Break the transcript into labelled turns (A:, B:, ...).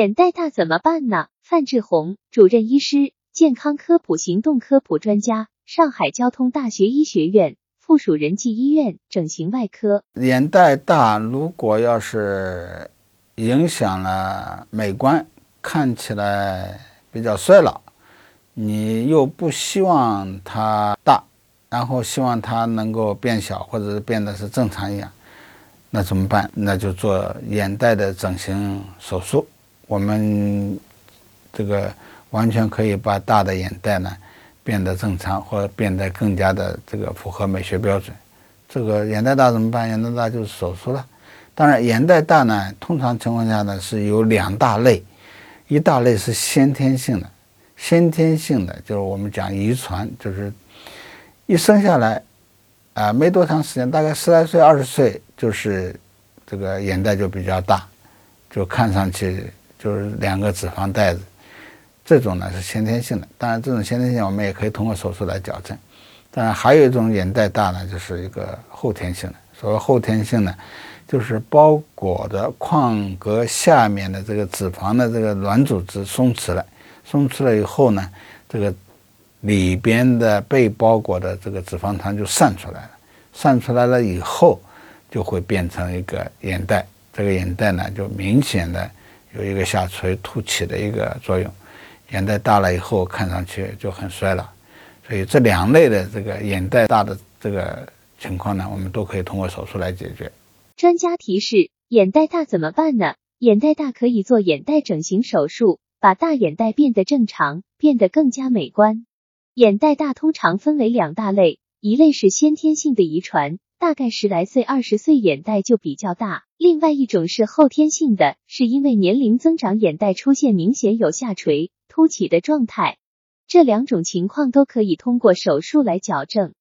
A: 眼袋大怎么办呢？范志红，主任医师，健康科普行动科普专家，上海交通大学医学院附属仁济医院整形外科。
B: 眼袋大如果要是影响了美观，看起来比较衰老，你又不希望它大，然后希望它能够变小或者是变得是正常一样，那怎么办？那就做眼袋的整形手术。我们这个完全可以把大的眼袋呢变得正常，或者变得更加的这个符合美学标准。这个眼袋大怎么办？眼袋大就是手术了。当然眼袋大呢，通常情况下呢是有两大类，一大类是先天性的，先天性的就是我们讲遗传，就是一生下来没多长时间，大概10来岁20岁，就是这个眼袋就比较大，就看上去就是2个脂肪带子，这种呢是先天性的。当然这种先天性我们也可以通过手术来矫正。当然还有一种眼袋大呢，就是一个后天性的。所谓后天性的，就是包裹的眶隔下面的这个脂肪的这个软组织松弛了以后呢，这个里边的被包裹的这个脂肪团就散出来了以后就会变成一个眼袋。这个眼袋呢就明显的有一个下垂凸起的一个作用，眼袋大了以后看上去就很衰老。所以这2类的这个眼袋大的这个情况呢，我们都可以通过手术来解决。
A: 专家提示，眼袋大怎么办呢？眼袋大可以做眼袋整形手术，把大眼袋变得正常，变得更加美观。眼袋大通常分为2大类，一类是先天性的遗传，大概10来岁20岁眼袋就比较大，另外一种是后天性的，是因为年龄增长眼袋出现明显有下垂、凸起的状态。这2种情况都可以通过手术来矫正。